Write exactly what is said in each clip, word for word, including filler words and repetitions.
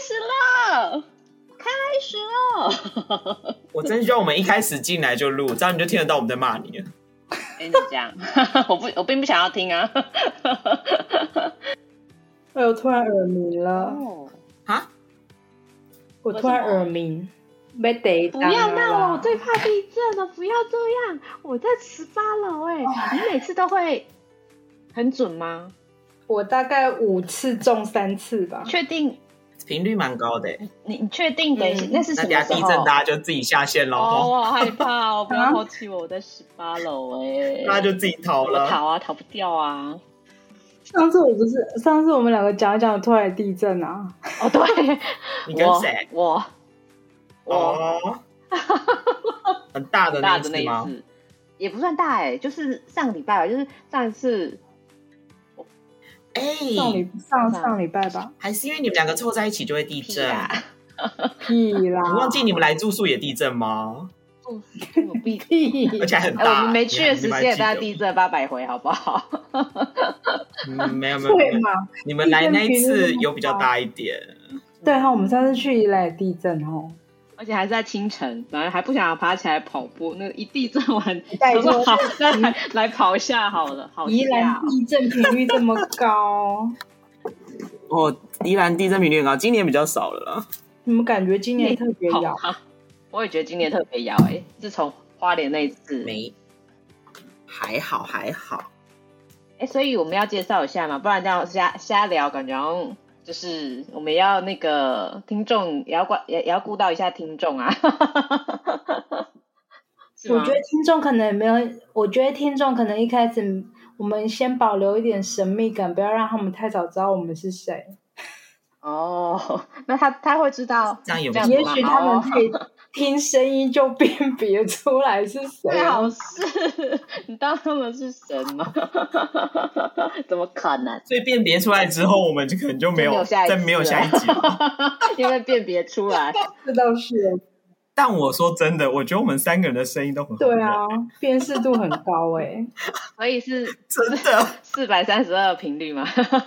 始了，开始了。 我真希望我们一开始进来就录，这样你就听得到我们在骂你了。 哎、欸，你这样，我不，我并不想要听啊。 哎，我突然耳鸣了。 哦， 啊？ 我突然耳鸣，被逮到了。 不要闹了，我最怕地震了，不要这样。我在十八楼哎，你每次都会很准吗？ 我大概五次中三次吧。 确定？ 频率蛮高的。 你你确定的？嗯、那是什么时候？ 那等下地震大家就自己下线咯。 哦，我好害怕哦！不要抛弃我，我在十八楼哎。 大家就自己逃了。 逃啊，逃不掉啊！ 上次我不是上次我们两个讲一讲突然地震啊。 哦，对。 你跟谁？ 我。我。 哦。很大的那一次吗？ 那一次也不算大哎、欸，就是上个礼拜吧，就是上一次。 哎、 欸，上礼上上礼拜吧， 还是因为你们两个凑在一起就会地震？ 屁啦！ 你忘记你们来住宿也地震吗？ 住宿屁， 而且还很大。 欸、我们没去的时间，大家地震八百回，好不好？ 嗯，没有没有没有，你们来那一次有比较大一点。 对哈，我们上次去宜兰也地震哦。 而且还是在清晨，本来还不想爬起来跑步，那一地震完， 说好再来来跑一下好了。好， 宜兰地震频率这么高， 哦，宜兰地震频率很高，今年比较少了啦。 你们感觉今年特别摇？ 我也觉得今年特别摇哎、欸，自从花莲那一次， 没，还好还好。 哎、欸，所以我们要介绍一下嘛，不然这样瞎瞎聊，感觉好像。就是我们要那个听众也要顾也也要顾到一下听众啊。 我觉得听众可能也没有，我觉得听众可能一开始我们先保留一点神秘感，不要让他们太早知道我们是谁。 哦，那他他会知道这样有这样也许他们可以听声音就辨别出来是谁。 最好是你当他们是神吗？怎么可能？ 所以辨别出来之后，我们就可能就没有再没有下一集了， 因为辨别出来， 这倒是。 但我说真的，我觉得我们三个人的声音都很好。 对啊，辨识度很高哎、欸， 所以是真的四百三十二频率吗？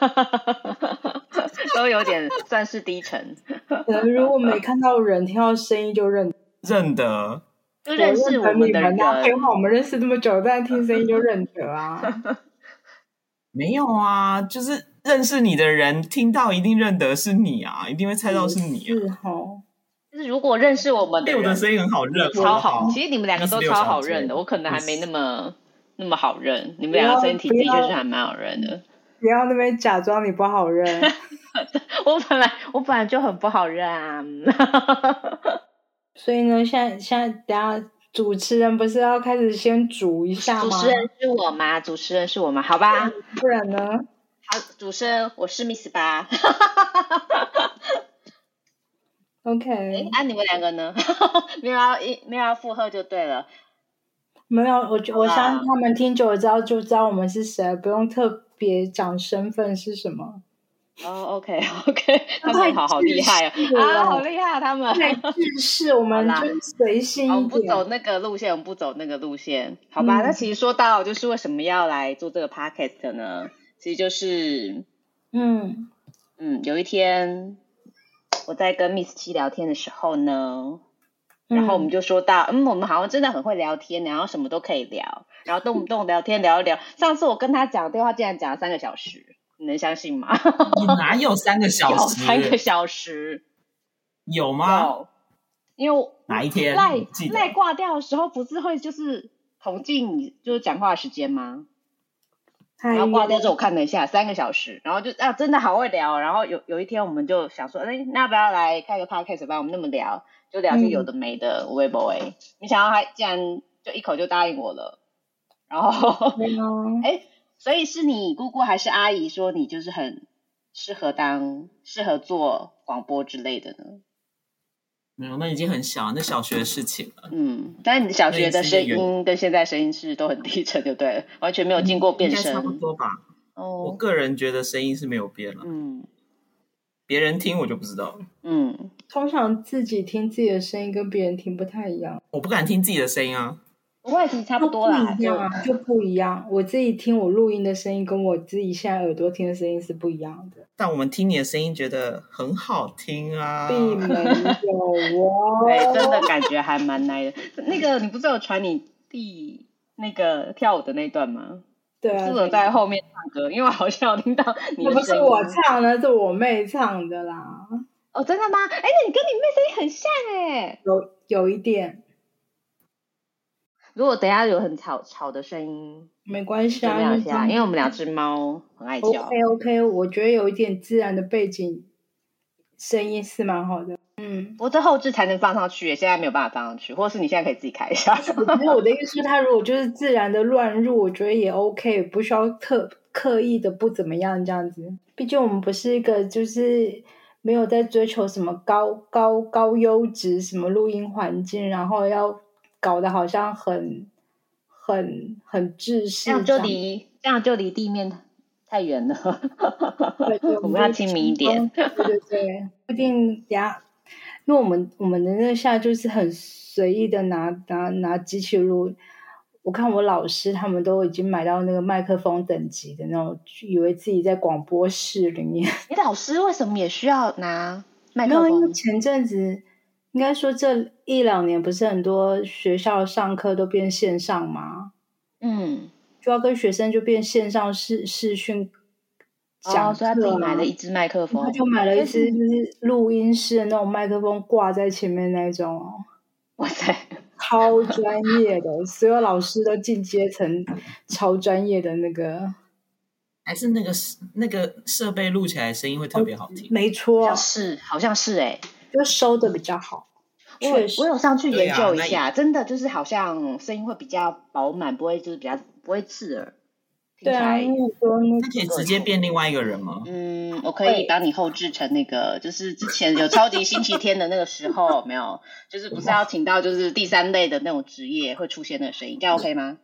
都有点算是低沉。 可能如果没看到人，听到声音就认认得， 就认识我们的人。 废话，我们认识这么久，但听声音就认得啊。 没有啊，就是认识你的人听到一定认得是你啊，一定会猜到是你啊。 是哦。 就是如果认识我们的人， 六的声音很好认， 超好。其实你们两个都超好认的，我可能还没那么那么好认。你们两个声音体的确是还蛮好认的。 不要那边假装你不好认。 我本来我本来就很不好认啊。 所以呢，现在现在等下主持人不是要开始先煮一下吗？ 主持人是我吗？主持人是我吗？好吧。 不然呢？ 好，主持人我是 Miss 八。 OK， 哎，啊，你们两个呢？没有要没有要附和就对了。 没有，我我相信他们听久了之后就知道我们是谁，不用特别讲身份是什么。 哦 ，OK OK， 他们好好厉害哦，啊，好厉害啊，他们。 太制式，我们就随性一点。 我们不走那个路线，我们不走那个路线，好吧？嗯、那其实说到就是为什么要来做这个 podcast 呢？其实就是，嗯嗯，有一天。我在跟 Miss 七聊天的时候呢，然后我们就说到，嗯，嗯我们好像真的很会聊天，然后什么都可以聊，然后动不动聊天聊一聊。上次我跟他讲电话，竟然讲了三个小时，你能相信吗？ 你哪有三个小时？ 有三个小时， 有吗？ 有，因为哪一天赖赖挂掉的时候，不是会就是统计你就是讲话的时间吗？然后挂掉之后我看了一下，三个小时，然后就啊，真的好会聊。然后有有一天我们就想说，哎，那要不要来开个 podcast 吧？我们那么聊，就聊些有的没的，无微不微。没想到他竟然就一口就答应我了。然后，哎，所以是你姑姑还是阿姨说你就是很适合当适合做广播之类的呢？ 没有，那已经很小，那小学的事情了。 嗯，但是你小学的声音跟现在声音是都很低沉，就对了，完全没有经过变声。 应该差不多吧。哦，我个人觉得声音是没有变了。嗯，别人听我就不知道了。 嗯，通常自己听自己的声音跟别人听不太一样。 我不敢听自己的声音啊。 不会，其实差不多啦， 就不一样啊，就不一样。我自己听我录音的声音，跟我自己现在耳朵听的声音是不一样的。 但我们听你的声音觉得很好听啊， 并没有哦。 对，真的感觉还蛮奶的。那个你不是有传你弟那个跳舞的那段吗？ 对啊， 是我在后面唱歌，因为我好像有听到你的声音。 不是我唱的，是我妹唱的啦。 哦，真的吗？哎，那你跟你妹声音很像哎。 有有一点。 如果等一下有很吵吵的声音， 没关系啊， 一下，因为我们两只猫很爱叫。 OK OK， 我觉得有一点自然的背景声音是蛮好的。嗯， 不过这后置才能放上去，现在没有办法放上去，或者是你现在可以自己开一下。 没有，我的意思是，它如果就是自然的乱入，我觉得也 OK， 不需要特刻意的不怎么样这样子。毕竟我们不是一个就是没有在追求什么高高高优质什么录音环境，然后要搞得好像很很很制式， 这样就离这样就离地面太远了。 对对， 我们要亲民一点。 对对对，不一定呀，因为我们我们的那下就是很随意的拿拿拿机器录。我看我老师他们都已经买到那个麦克风等级的那种，以为自己在广播室里面。 你老师为什么也需要拿麦克风？ 没有，因为前阵子应该说这一两年不是很多学校上课都变线上吗？ 嗯， 就要跟学生就变线上视视讯讲课、啊哦，所以他自己买了一支麦克风， 他就买了一支就是录音室的那种麦克风挂在前面那种哦。 哇塞， 超专业的，所有老师都进阶成超专业的那个。 还是那个那个设备录起来声音会特别好听。 哦、没错， 好像是好像是哎、欸， 就收的比较好。 确实，我有上去研究一下， 啊、 真的就是好像声音会比较饱满，不会就是比较不会刺耳。 对啊，因为那可以直接变另外一个人吗？ 嗯，我可以帮你后制成那个，就是之前有超级星期天的那个时候，没有，就是不是要请到就是第三类的那种职业会出现的声音，这样 OK 吗？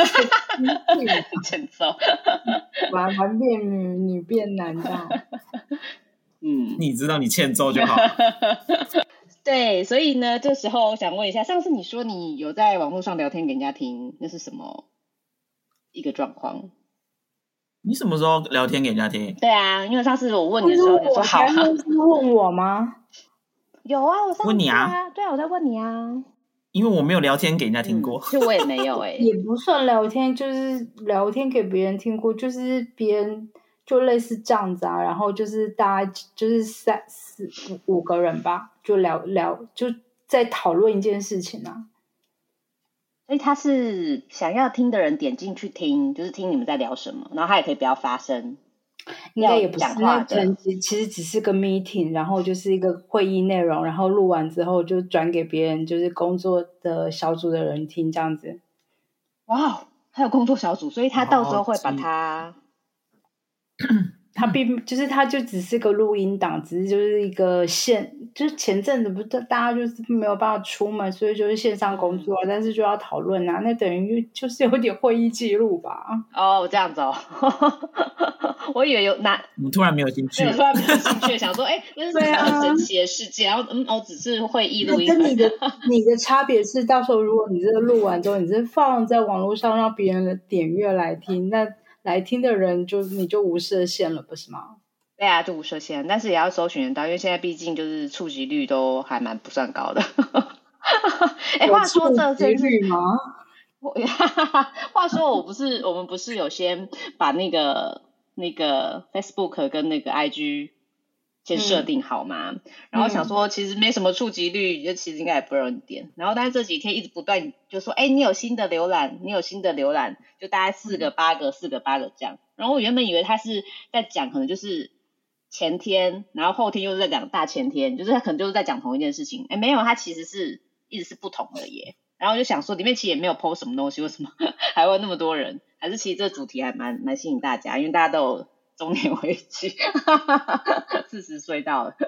欠揍， 玩玩变女，女变男这样。 嗯， 你知道你欠揍就好。 对，所以呢，这时候我想问一下，上次你说你有在网络上聊天给人家听，那是什么一个状况？ 你什么时候聊天给人家听？ 对啊，因为上次我问你的时候，你说好。 是问我吗？ 有啊，我上次、啊、 问你啊， 对啊，我在问你啊。 因为我没有聊天给人家听过， 就、嗯、我也没有哎、欸， 也不算聊天，就是聊天给别人听过，就是别人就类似这样子啊，然后就是大家就是三四五五个人吧，就聊聊，就在讨论一件事情啊。 所以他是想要听的人点进去听，就是听你们在聊什么，然后他也可以不要发声。 应该也不是，那可能其实只是个 meeting， 然后就是一个会议内容，然后录完之后就转给别人，就是工作的小组的人听这样子。 哇，还有工作小组，所以他到时候会把它， 哦、他并就是他就只是个录音档，只是就是一个线，就是前阵子不是大家就是没有办法出门，所以就是线上工作，嗯、但是就要讨论啊，那等于就是有点会议记录吧。 哦，这样子哦。我以为有哪， 你突然没有兴趣， 突然没有兴趣，想说，哎、欸，这是很神奇的事件，然后嗯，哦，只是会议录音。 跟你的你的差别是，到时候如果你这个录完之后，你是放在网络上让别人的点阅来听，那来听的人就你就无设限了，不是吗？ 对啊，就无设限，但是也要搜寻得到，因为现在毕竟就是触及率都还蛮不算高的。哎、欸，话说这这率吗？ 话说我不是，我们不是有先把那个。那个 Facebook 跟那个 I G 先设定好嘛、嗯、然后想说其实没什么触及率，就其实应该也不容易点，然后但是这几天一直不断就说哎、欸，你有新的浏览你有新的浏览，就大概四个八个四个八个这样，然后我原本以为他是在讲可能就是前天，然后后天又是在讲大前天，就是他可能就是在讲同一件事情，哎，没有，他其实是一直是不同的耶，然后就想说里面其实也没有 post 什么东西，为什么还会那么多人，还是其实这个主题还蛮蛮吸引大家，因为大家都有中年危机，四十岁到了。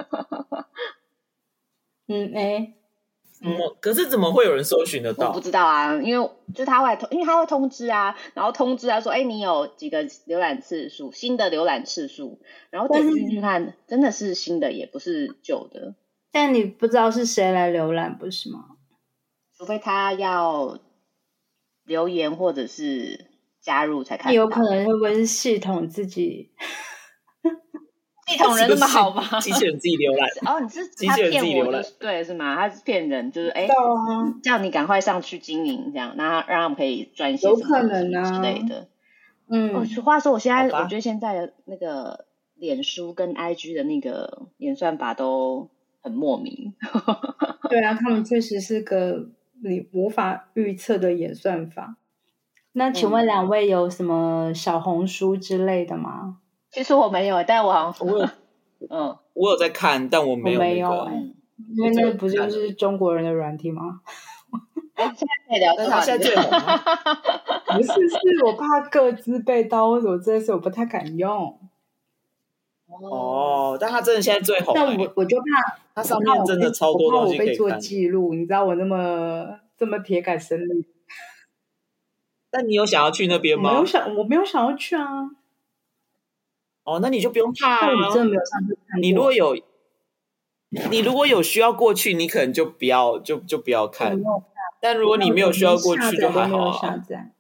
嗯，哎， 嗯，可是怎么会有人搜寻得到？ 我不知道啊，因为就他会通，因为他会通知啊，然后通知他说，哎，你有几个浏览次数，新的浏览次数，然后点进去看，真的是新的，也不是旧的。 但你不知道是谁来浏览，不是吗？ 除非他要留言或者是加入才看到。 有可能会不会是系统自己？ 系统人那么好吗？ 机器人自己浏览。 哦，你是他骗我就是对是吗？他是骗人，就是哎，叫你赶快上去经营这样，然后让他们可以赚一些有可能啊之类的。 嗯， 哦，话说我现在我觉得现在的那个脸书跟 I G 的那个演算法都很莫名。 对啊，他们确实是个你无法预测的演算法。那请问两位有什么小红书之类的吗？ 其实我没有，但我好像我有，嗯，我有在看，但我没有、那个。 我没有哎、欸，因为那不就是中国人的软体吗？ 哎，现在可以聊这个， 他现在最红吗？ 不是，是我怕个资被盗，或者我这次我不太敢用。 哦，但他真的现在最红、欸， 但我我就怕他上面真的超多东西可以看。 我怕我被做记录，你知道我那么这么铁杆生力。 但你有想要去那边吗？ 我没有想，我没有想要去啊。 哦，那你就不用怕啊。 我真的没有上去看过。 你如果有，你如果有需要过去，你可能就不要，就就不要看。但如果你没有需要过去，就还好啊。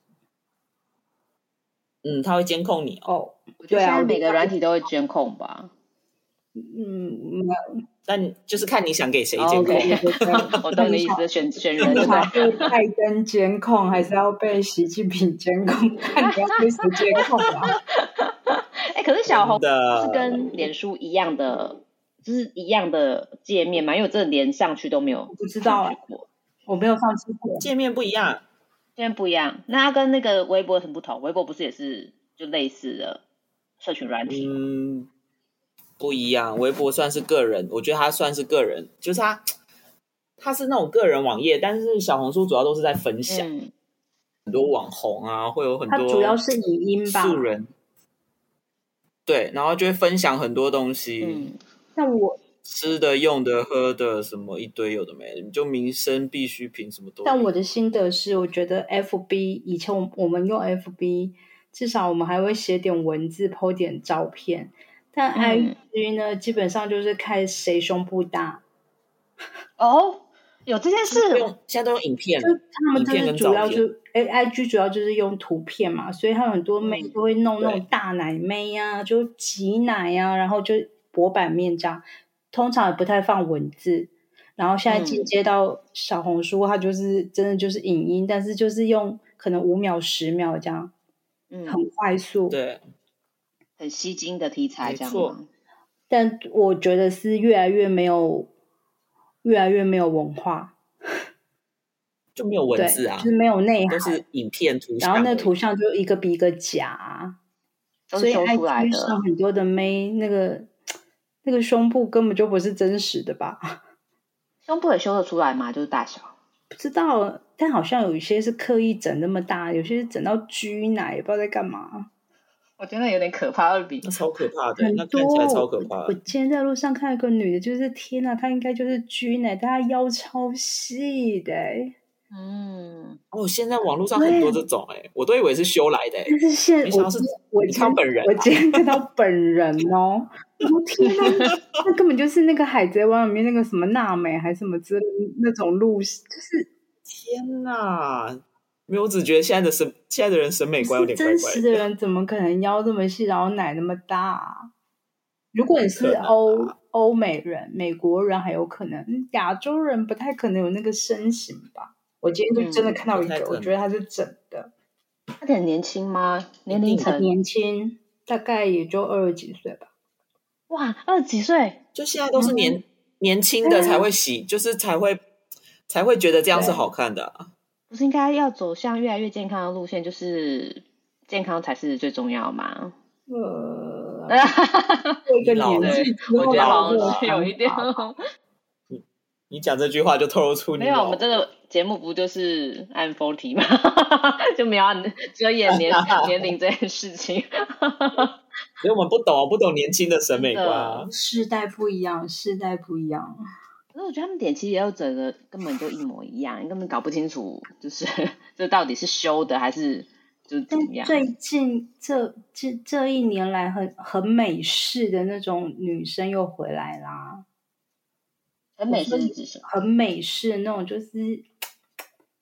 嗯，他会监控你哦。 对啊，每个软体都会监控吧。 嗯， 但就是看你想给谁监控。 Okay, 我懂你意思，选选人对。 被拜登监控，还是要被习近平监控？看你要被谁监控啊？ 哎、欸，可是小红是跟脸书一样的，就是一样的界面嘛？因为我真的连上去都没有， 不知道过，我没有上去过。 界面不一样， 界面不一样。那它跟那个微博很不同，微博不是也是就类似的社群软体？ 嗯，不一样。微博算是个人，我觉得它算是个人，就是它它是那种个人网页，但是小红书主要都是在分享，嗯、很多网红啊，会有很多， 它主要是影音吧， 素人。对，然后就会分享很多东西， 嗯，那我吃的、用的、喝的，什么一堆有的没的，就民生必需品什么都有。 但我的心得是，我觉得 F B 以前我们用 F B， 至少我们还会写点文字 po 点照片，但 I G 呢，嗯、基本上就是看谁胸部大。 哦，有这件事， 现在都用影片， 就他们就是主要就哎 I G 主要就是用图片嘛，所以他们很多妹都会弄那种大奶妹啊，就挤奶啊，然后就薄版面这样，通常也不太放文字。然后现在进阶到小红书，它就是真的就是影音，但是就是用可能五秒十秒这样，嗯，很快速， 对， 很吸睛的题材这样吗？ 但我觉得是越来越没有，越来越没有文化。 就没有文字啊， 就是没有内涵， 都是影片图像， 然后那图像就一个比一个假，所以 I G 上很多的妹那个那个胸部根本就不是真实的吧？ 胸部也修得出来吗？就是大小不知道，但好像有一些是刻意整那么大，有些是整到 G 奶，也不知道在干嘛。 我觉得有点可怕，比那超可怕的，那看起来超可怕的。 我今天在路上看一个女的，就是天哪，她应该就是 G 奶，但她腰超细的、欸。 嗯，哦，现在网络上很多这种哎、欸，我都以为是修来的哎、欸， 但是现没想到是我你看本人、啊， 我今天看到本人哦，我天哪，那根本就是那个海贼王里面那个什么娜美还是什么之类那种路，就是天哪！没有，我只觉得现在的审现在的人审美观有点怪怪的。 真实的人怎么可能腰这么细，然后奶那么大、啊？如果你是欧、啊、欧美人、美国人还有可能，亚洲人不太可能有那个身形吧？我今天就真的看到一个，嗯、我觉得他是整的。 他很年轻吗？年龄层年轻，大概也就二十几岁吧。 哇，二十几岁， 就现在都是年、嗯、年轻的才会洗，嗯、就是才会才会觉得这样是好看的、啊。 不是应该要走向越来越健康的路线，就是健康才是最重要吗？ 呃， 一个年纪， 我觉得好像是有一点。 你讲这句话就透露出你没有，我们这个节目不就是按forty题吗？就没有遮掩年年龄这件事情。 所以我们不懂，不懂年轻的审美观。 世代不一样，世代不一样。 可是我觉得他们点其实也有整个根本就一模一样，你根本搞不清楚，就是这到底是修的还是就是怎么样。 最近这这这一年来很很美式的那种女生又回来啦。 很美式是指什么？ 很美式那种，就是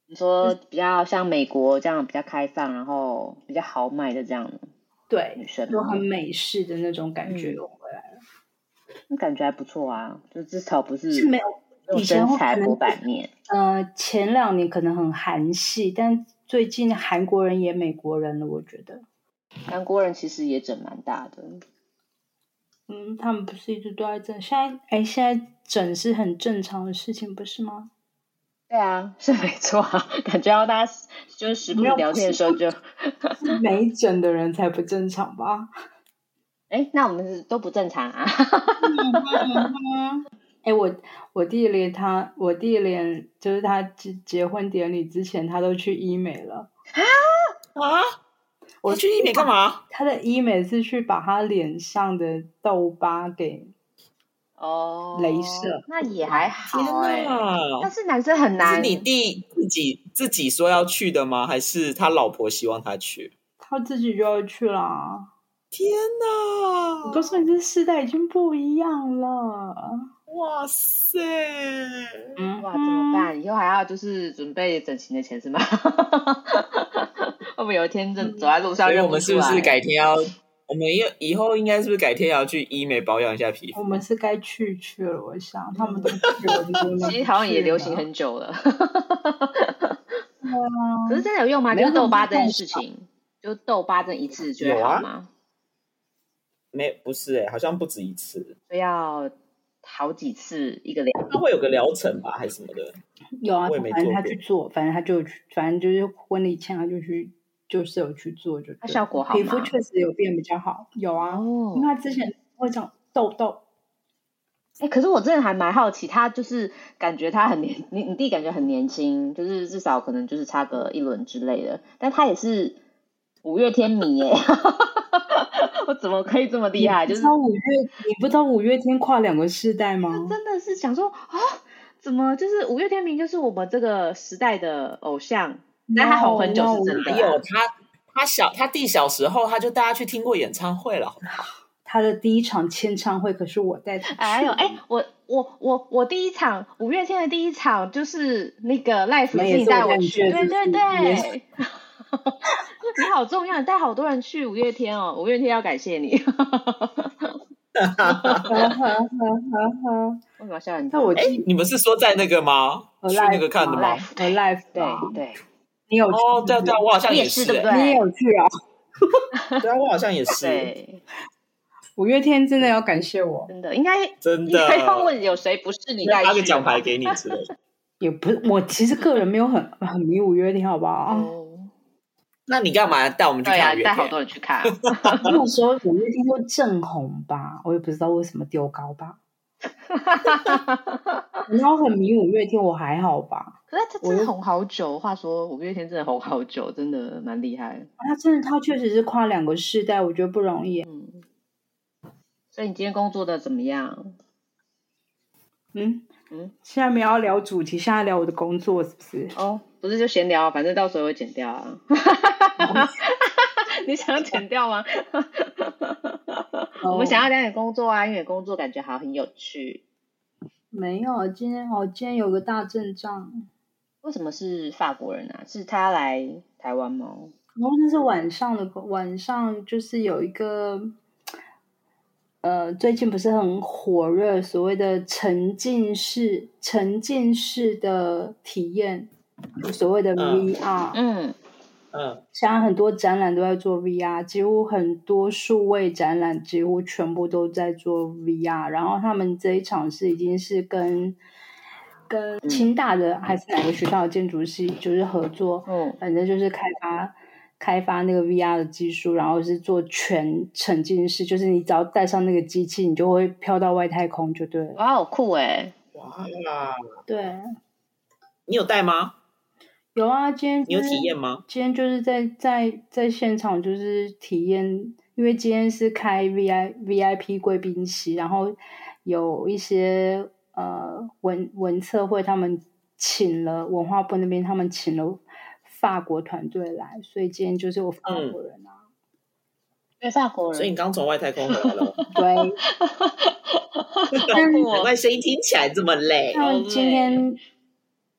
你说比较像美国这样比较开放，然后比较豪迈的这样对， 女生， 就很美式的那种感觉又回来了。 那、嗯、感觉还不错啊，就至少不是是没有以前身材薄板面。 呃，前两年可能很韩系，但最近韩国人也美国人了，我觉得。 韩国人其实也整蛮大的。 嗯，他们不是一直都在整？现在哎，现在整是很正常的事情，不是吗？ 对啊，是没错啊，感觉到大家就是时不时聊天的时候就没整的人才不正常吧？ 哎，那我们是都不正常啊！ 哎，我我弟连他，我弟连就是他结结婚典礼之前，他都去医美了啊啊！我去医美干嘛？ 他的医美是去把他脸上的痘疤给哦， 雷射， 那也还好哎、欸。 但是男生很难。 是你弟自己自己说要去的吗？还是他老婆希望他去？ 他自己就要去啦。 天哪！ 我告诉你，这世代已经不一样了。 哇塞！ 嗯，哇，怎么办？以后还要就是准备整形的钱是吗？会不会有一天走在路上认不出来？ 所以我们是不是改天要？我们以后应该是不是改天要去医美保养一下皮肤？ 我们是该去去了，我想他们都去了， 其实好像也流行很久了。 对啊， 可是真的有用吗？就是痘疤这件事情，就痘疤这一次就会好吗？ 啊、没，不是哎、欸，好像不止一次， 所以要好几次一个疗， 它会有个疗程吧，还是什么的？ 有啊，反正他去做，反正他就去，反正就是婚礼前他就去。就是有去做就， 它效果好吗？ 皮肤确实有变比较好，有啊，哦、因为他之前会长痘痘。 哎、欸，可是我真的还蛮好奇，他就是感觉他很年，你你弟感觉很年轻，就是至少可能就是差个一轮之类的，但他也是五月天迷耶，我怎么可以这么厉害？就是五月，你不知道五月天跨两个世代吗？ 真的是想说啊，怎么就是五月天迷就是我们这个时代的偶像。但他红很久是真的、啊。 有他，他小他弟小时候他就带他去听过演唱会了。 他的第一场签唱会可是我带他去。 哎呦哎，我我我我第一场五月天的第一场就是那个 live 自己带我去，对对对。你好重要，你带好多人去五月天哦，五月天要感谢你。为什么笑人家？ 那我哎，你们是说在那个吗？去那个看的吗？ 和 live 对对。 你有去哦，对对，我好像也是， 对不对？ 你也有去啊？ 对啊，我好像也是。 对， 五月天真的要感谢我， 真的应该真的应该要问有谁不是你带去？ 发个奖牌给你之类的。 也不是，我其实个人没有很很迷五月天，好不好？ 哦， 那你干嘛带我们去看五月天？ 带好多人去看。 那时候五月天就正红吧，我也不知道为什么丢高吧。然后很迷五月天，我还好吧。 可是他真的红好久，话说五月天真的红好久，真的蛮厉害的。 他真的，他确实是跨两个世代，我觉得不容易。 嗯。所以你今天工作的怎么样？ 嗯嗯，现在没有要聊主题，现在聊我的工作是不是？ 哦，不是就闲聊，反正到时候会剪掉啊。你想要剪掉吗？我们想要聊点工作啊，因为工作感觉好很有趣。 没有，今天我今天有个大阵仗。 为什么是法国人啊？是他来台湾吗？ 然后那是晚上的，晚上就是有一个，呃，最近不是很火热，所谓的沉浸式沉浸式的体验，所谓的 V R。 嗯。 嗯， 现在很多展览都在做 V R， 几乎很多数位展览几乎全部都在做 V R。然后他们这一场是已经是跟跟清大的还是哪个学校的建筑系就是合作，嗯，反正就是开发开发那个 V R 的技术，然后是做全沉浸式，就是你只要带上那个机器，你就会飘到外太空就对了。 哇，好酷哎！ 哇， 对， 你有带吗？ 有啊，今天、就是、 你有体验吗？ 今天就是在在在现场就是体验，因为今天是开 V I V I P 贵宾席，然后有一些呃文文策会他们请了文化部那边他们请了法国团队来，所以今天就是有法国人啊， 对、嗯、法国人， 所以你刚从外太空回来了， 对， 难怪声音听起来这么累。 他们今天。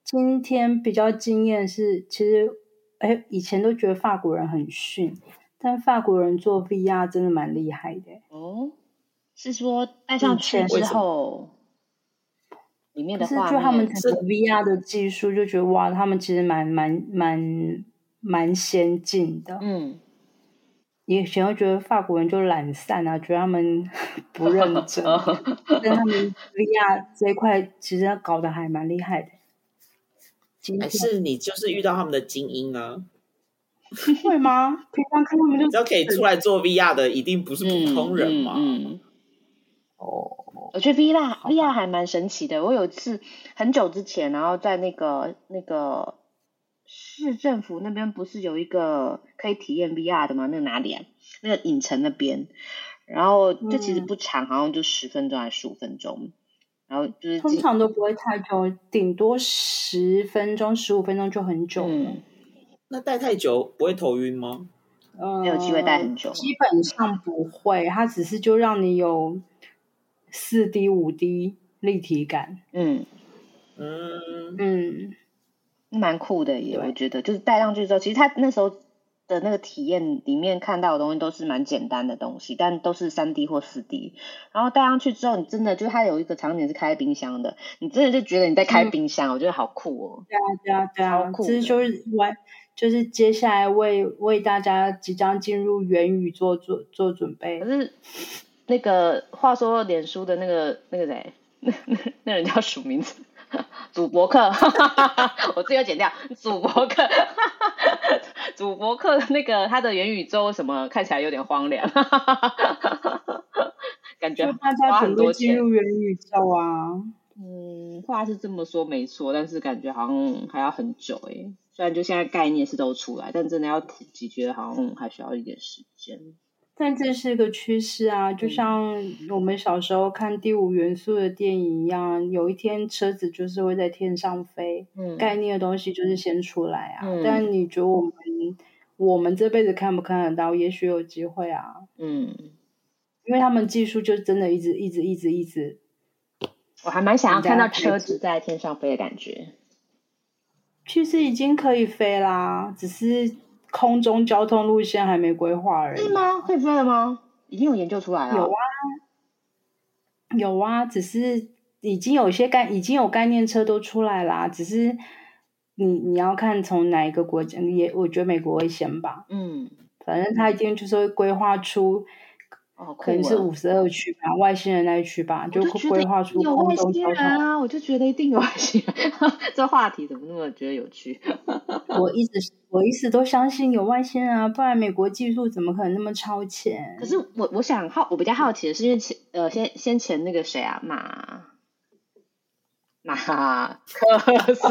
今天比较惊艳是，其实哎，以前都觉得法国人很逊，但法国人做 V R 真的蛮厉害的。 哦，是说戴上去之后，里面的画面， 可是就他们整个 V R 的技术，就觉得哇，他们其实蛮蛮蛮蛮先进的。 嗯。 以前会觉得法国人就懒散啊，觉得他们不认真，但他们 V R 这一块其实搞得还蛮厉害的。 还是你就是遇到他们的精英啊？ 会吗？平常看他们就只要可以出来做 V R 的，一定不是普通人嘛。 嗯嗯嗯、哦，我觉得 V R V R 还蛮神奇的。我有一次很久之前，然后在那个那个市政府那边不是有一个可以体验 V R 的吗？那个哪里啊？那个影城那边，然后这其实不长，好像就十分钟还是十五分钟。然后就是通常都不会太久，顶多十分钟、十五分钟就很久了。 嗯， 那戴太久不会头晕吗？ 呃，没有机会戴很久。 基本上不会，它只是就让你有四 D、五 D 立体感。 嗯嗯嗯， 蛮酷的耶，我觉得就是戴上去之后，其实他那时候的那个体验里面看到的东西都是蛮简单的东西，但都是 三 D 或四 D。然后戴上去之后，你真的就是它有一个场景是开冰箱的，你真的就觉得你在开冰箱，嗯、我觉得好酷哦。 对啊，对啊，对啊，这是就是完，就是接下来为为大家即将进入元宇宙做做准备。 可是那个话说，脸书的那个那个谁，那那那人叫什么名字？主播客，我自己要剪掉。主播客，主播客的那个他的元宇宙什么看起来有点荒凉，感觉花很多钱。 进入元宇宙啊， 嗯，话是这么说没错，但是感觉好像还要很久哎、欸。虽然就现在概念是都出来，但真的要普及，觉得好像还需要一点时间。 但这是个趋势啊，就像我们小时候看第五元素的电影一样，有一天车子就是会在天上飞，嗯、概念的东西就是先出来啊。嗯、但你觉得我们我们这辈子看不看得到？也许有机会啊。嗯，因为他们技术就真的一直一直一直一直。 我还蛮想要看到车子在天上飞的感觉。 其实已经可以飞啦，只是空中交通路线还没规划而已。 是吗？会飞了吗？已经有研究出来了。 有啊，有啊，只是已经有些概已经有概念车都出来啦，只是你你要看从哪一个国家，也我觉得美国会先吧。嗯，反正他一定就是会规划出。哦，可能是五十二区吧，外星人那一区吧，就规划出有外星人啊！我就觉得一定有外星人。这话题怎么那么觉得有趣？ 我一直我一直都相信有外星人啊，不然美国技术怎么可能那么超前？ 可是我我想好，我比较好奇的是，因为前呃先先前那个谁啊，马马克斯，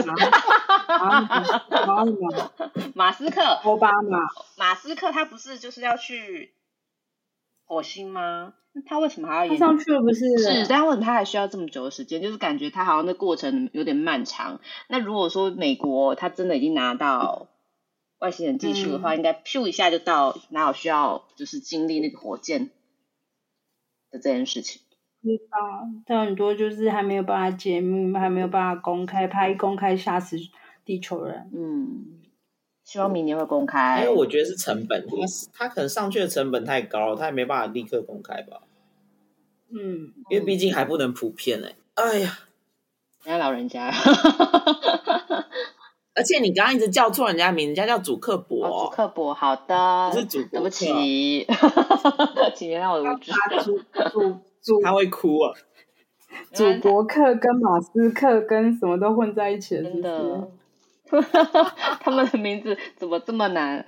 马斯克， 奥巴马， 马斯克他不是就是要去火星吗？他为什么还要研究？ 他上去了不是？ 是，但为什么他还需要这么久的时间？就是感觉他好像那过程有点漫长。那如果说美国他真的已经拿到外星人技术的话，嗯、应该咻一下就到，哪有需要就是经历那个火箭的这件事情？ 是吧？但很多就是还没有办法解密，还没有办法公开，怕一公开吓死地球人。 嗯。希望明年会公开。 因为我觉得是成本，他他可能上去的成本太高了，他也没办法立刻公开吧。嗯，因为毕竟还不能普遍哎、欸。哎呀， 人家老人家。 而且你刚刚一直叫错人家名，人家叫祖克伯。 哦，祖克伯，好的。 不是祖克， 对不起，请原谅我的无知。 祖祖祖， 他会哭啊。 祖伯克跟马斯克跟什么都混在一起了，真的。他们的名字怎么这么难？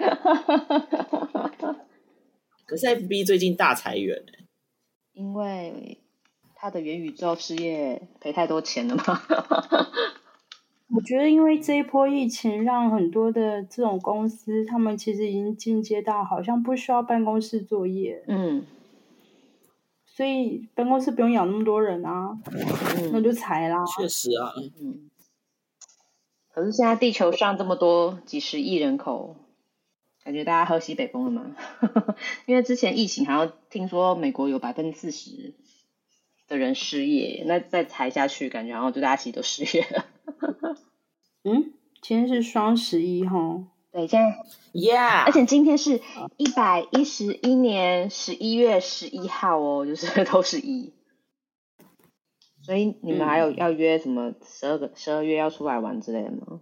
可是 F B 最近大裁员、欸、 因为他的元宇宙事业赔太多钱了吗？ 我觉得因为这一波疫情让很多的这种公司他们其实已经进阶到好像不需要办公室作业，嗯，所以办公室不用养那么多人啊，嗯、那就裁啦。 确实啊， 嗯。可是现在地球上这么多几十亿人口，感觉大家喝西北风了吗？因为之前疫情好像听说美国有百分之四十的人失业，那再裁下去，感觉好像就大家其实都失业了。 嗯，今天是双十一哈。 对，现在 ，Yeah， 而且今天是一百一十一年十一月十一号哦，就是都是一。所以你们还有要约什么十二个十二月要出来玩之类的吗？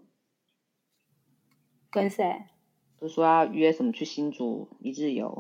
跟谁？ 都说要约什么去新竹一日游。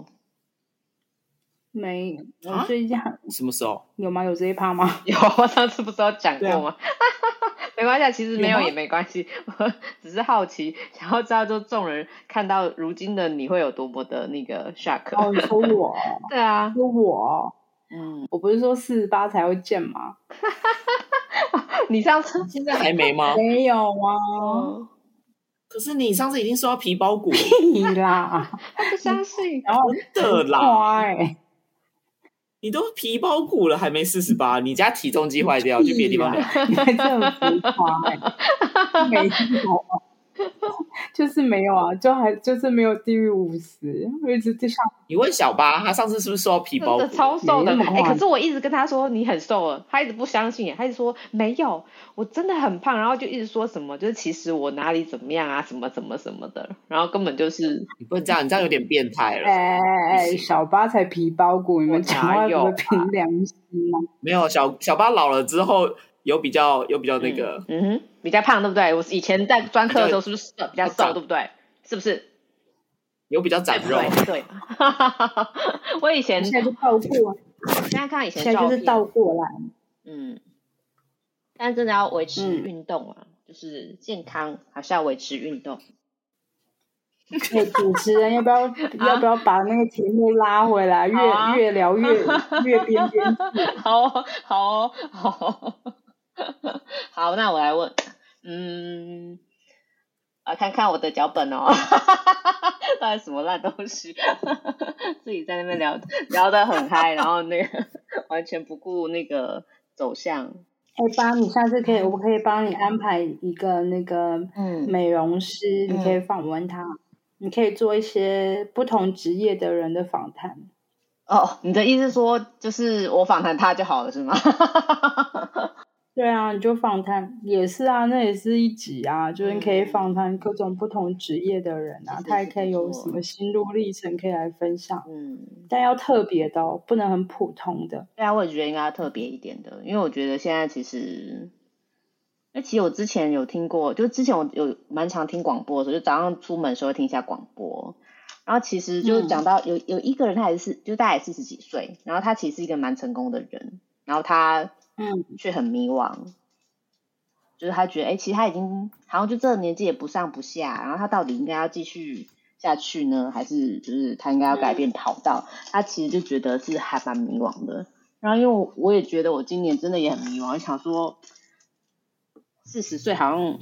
没，我最近、啊、 什么时候有吗？有这一趴吗？ 有，我上次不是有讲过吗？没关系，其实没有也没关系，我只是好奇，想要知道就众人看到如今的你会有多么的那个 shock。 哦，你说我？ 对啊， 说我， 嗯， 我不是说四十八才会见吗？ 你上次现在还没吗？ 没有啊。 哦， 可是你上次已经收到皮包骨了。 屁啦， 他不相信。 然后真的啦， 欸、 你都皮包骨了还没四十八，你家体重机坏掉，去别的地方量。 你还这么浮夸欸，没有，就是没有啊，就还就是没有低于五十，我一直在想。 你问小八，他上次是不是收到皮包骨？ 真的超瘦的，哎、欸，可是我一直跟他说你很瘦了，他一直不相信，他一直说没有，我真的很胖，然后就一直说什么，就是其实我哪里怎么样啊，什么什么什么的，然后根本就是你不能这样，你这样有点变态了。 哎哎哎，小八才皮包骨，你们讲话怎么凭良心啊？ 没有，小小八老了之后有比较有比较那个， 嗯，嗯哼，比较胖，对不对？我以前在专科的时候是不是比较瘦，对不对？是不是？ 有比较长肉， 对对，我以前现在就倒过， 现在看以前现在就是倒过来， 嗯，但真的要维持运动啊，嗯、就是健康还是要维持运动。 哎，主持人要不要、啊、要不要把那个题目拉回来？越、啊、越聊越越边边去。 好哦，好哦，好哦，好，那我来问，嗯。啊，看看我的脚本哦，到底什么烂东西？自己在那边聊聊得很嗨，然后那个完全不顾那个走向。 哎，爸，你下次可以，我可以帮你安排一个那个美容师，嗯、你可以访问他，嗯、你可以做一些不同职业的人的访谈。 哦，你的意思说就是我访谈他就好了，是吗？ 对啊，你就访谈也是啊，那也是一集啊，就是你可以访谈各种不同职业的人啊，嗯、他也可以有什么心路历程可以来分享。嗯，但要特别的哦，不能很普通的。 对啊，我也觉得应该要特别一点的，因为我觉得现在其实，那其实我之前有听过，就之前我有蛮常听广播的时候，就早上出门的时候会听一下广播，然后其实就讲到有、嗯、有一个人，他也是就大概四十几岁，然后他其实是一个蛮成功的人，然后他。嗯，却很迷惘，就是他觉得，哎、欸，其实他已经好像就这个年纪也不上不下，然后他到底应该要继续下去呢，还是就是他应该要改变跑道？嗯、他其实就觉得是还蛮迷惘的。然后因为我我也觉得我今年真的也很迷惘，我想说四十岁好像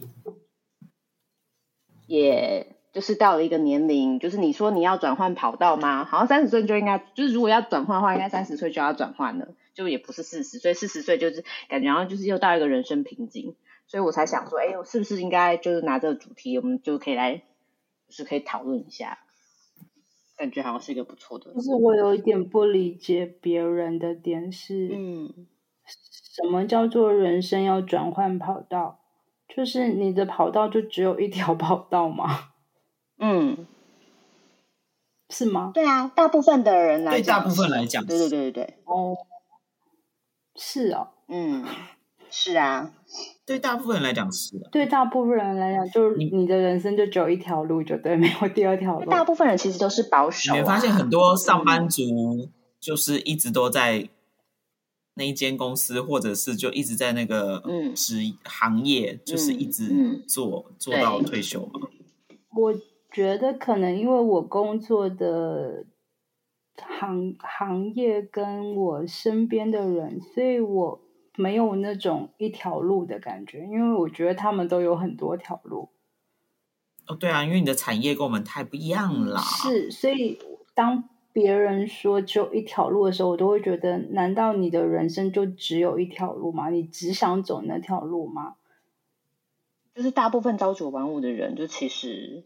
也就是到了一个年龄，就是你说你要转换跑道吗？好像三十岁就应该，就是如果要转换的话，应该三十岁就要转换了。就也不是四十岁，四十岁就是感觉好像就是又到一个人生瓶颈，所以我才想说，哎，我是不是应该就是拿这个主题，我们就可以来，就是可以讨论一下，感觉好像是一个不错的。 就是我有一点不理解别人的点是，嗯，什么叫做人生要转换跑道？就是你的跑道就只有一条跑道吗？嗯。是吗？ 对啊，大部分的人来讲，对大部分来讲， 对对对对对， 哦，是哦， 嗯，是啊， 对大部分人来讲是的， 对大部分人来讲，就是你的人生就只有一条路，就对，没有第二条路。 大部分人其实都是保守、啊。 你会发现很多上班族就是一直都在那一间公司，或者是就一直在那个职行业，嗯、就是一直做、嗯、做到退休嘛。 我觉得可能因为我工作的行行业跟我身边的人，所以我没有那种一条路的感觉，因为我觉得他们都有很多条路。 哦，对啊，因为你的产业跟我们太不一样啦。 是，所以当别人说只有一条路的时候，我都会觉得，难道你的人生就只有一条路吗？你只想走那条路吗？ 就是大部分朝九晚五的人，就其实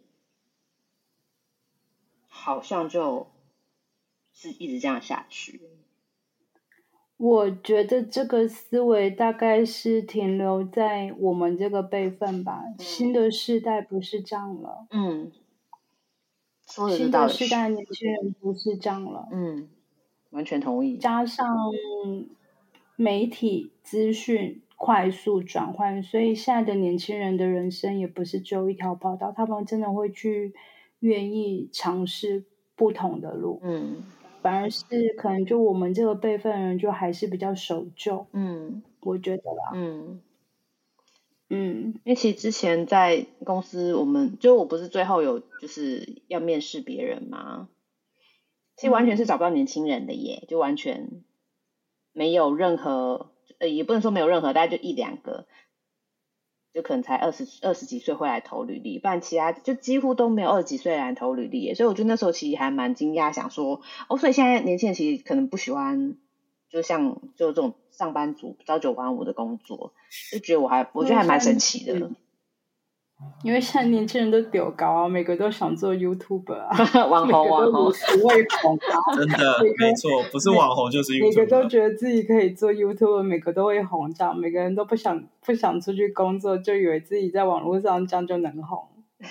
好像就是一直这样下去。 我觉得这个思维大概是停留在我们这个辈分吧，嗯、新的世代不是这样了。 嗯， 新的世代年轻人不是这样了。 嗯，完全同意。 加上媒体资讯快速转换，所以现在的年轻人的人生也不是只有一条跑道，他们真的会去愿意尝试不同的路。 嗯。 反而是可能就我们这个辈分人就还是比较守旧， 嗯， 我觉得啦， 嗯嗯， 因为其实之前在公司，我们就我不是最后有就是要面试别人吗？其实完全是找不到年轻人的耶，嗯、就完全没有任何，呃，也不能说没有任何，大概就一两个。就可能才二十二十几岁会来投履历，不然其他就几乎都没有二十几岁来投履历，所以我觉得那时候其实还蛮惊讶，想说哦，所以现在年轻人其实可能不喜欢，就像就这种上班族朝九晚五的工作，就觉得我还我觉得还蛮神奇的。 因为现在年轻人都丢高啊，每个都想做 YouTuber 啊，网红网红， 不会红啊， 真的没错，不是网红就是 YouTuber， 每个都觉得自己可以做 YouTuber， 每个都会红，这样每个人都不想不想出去工作，就以为自己在网络上这样就能红。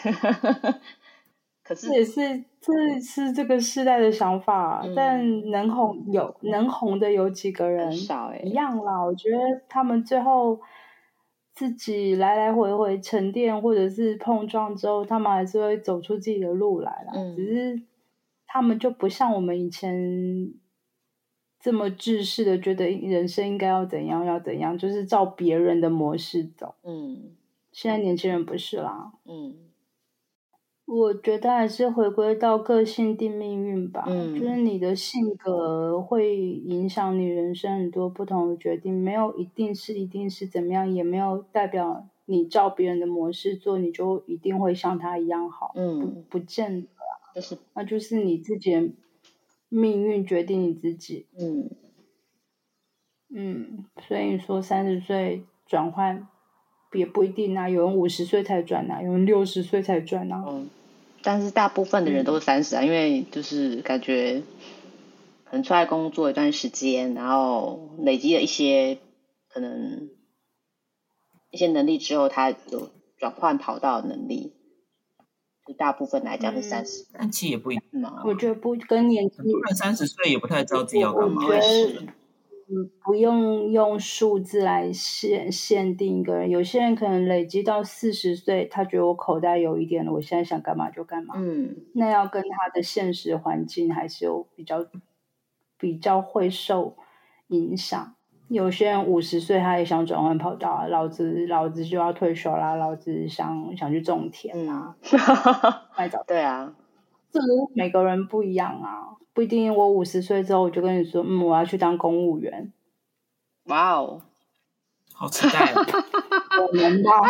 可是这也是这是这个世代的想法，嗯、但能红有能红的有几个人？ 少哎、欸， 一样啦。我觉得他们最后自己来来回回沉淀或者是碰撞之后，他们还是会走出自己的路来啦。嗯、只是他们就不像我们以前这么制式的，觉得人生应该要怎样要怎样，就是照别人的模式走。嗯，现在年轻人不是啦。嗯。我觉得还是回归到个性定命运吧，嗯、就是你的性格会影响你人生很多不同的决定，没有一定是一定是怎么样，也没有代表你照别人的模式做，你就一定会像他一样好，嗯，不不见得啦，就是那就是你自己的命运决定你自己，嗯嗯，所以你说三十岁转换也不一定啊，有人五十岁才转啊，有人六十岁才转啊。 嗯，但是大部分的人都是三十啊，嗯、因为就是感觉可能出来工作一段时间，然后累积了一些可能一些能力之后，他有转换跑道的能力。就大部分来讲是三十、嗯， 但其实也不一定嘛。我觉得不跟年纪， 很多人三十岁也不太知道自己要干嘛。 我觉得嗯，不用用数字来限限定一个人。有些人可能累积到四十岁，他觉得我口袋有一点了，我现在想干嘛就干嘛。嗯，那要跟他的现实环境还是有比较比较会受影响。有些人五十岁他也想转换跑道啊，老子老子就要退休啦，老子想想去种田啊，卖早对啊， 这每个人不一样啊，不一定我五十岁之后我就跟你说，嗯，我要去当公务员。 哇哦， 好期待哦！ 可能吧，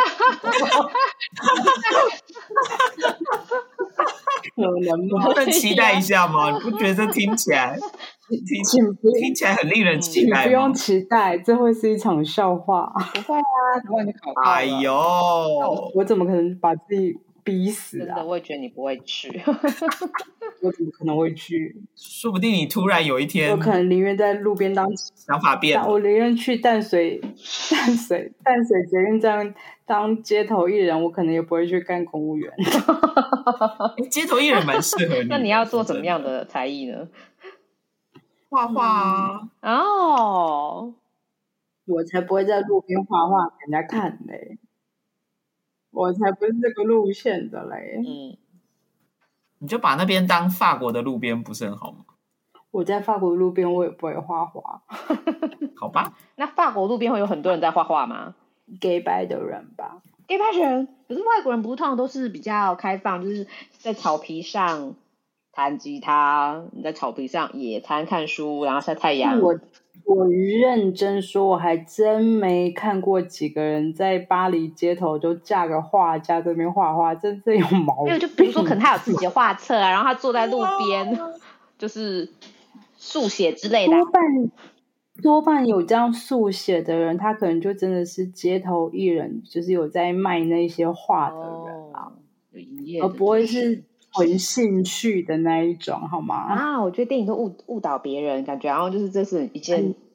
可能吧， 能期待一下吗？你不觉得听起来？听, 听起来很令人期待吗？ 你不用期待，这会是一场笑话。 不会啊，不会你考到了。 哎呦， 我怎么可能把自己逼死啊？ 真的，我也觉得你不会去。 我怎么可能会去？ 说不定你突然有一天， 我可能宁愿在路边当想法变了。 我宁愿去淡水、淡水、淡水捷运站当街头艺人，我可能也不会去干公务员。 街头艺人蛮适合你。 那你要做什么样的才艺呢？ 画画啊！ 哦， 我才不会在路边画画给人家看嘞，我才不是这个路线的嘞。嗯， 你就把那边当法国的路边，不是很好吗？ 我在法国路边，我也不会画画。 好吧， 那法国路边会有很多人在画画吗 ？gay 白的人吧 ，gay 白人，可是外国人不是通常都是比较开放，就是在草皮上。弹吉他，你在草皮上野餐看书，然后晒太阳。 我我认真说，我还真没看过几个人在巴黎街头就架个画架这边画画，真正有毛病。 没有，就比如说可能他有自己的画册啊，然后他坐在路边，就是速写之类的。 多半多半有这样速写的人，他可能就真的是街头艺人，就是有在卖那些画的人啊， 哦、 而不会是。纯兴趣的那一种，好吗？ 啊，我觉得电影都误误导别人，感觉然后就是这是一件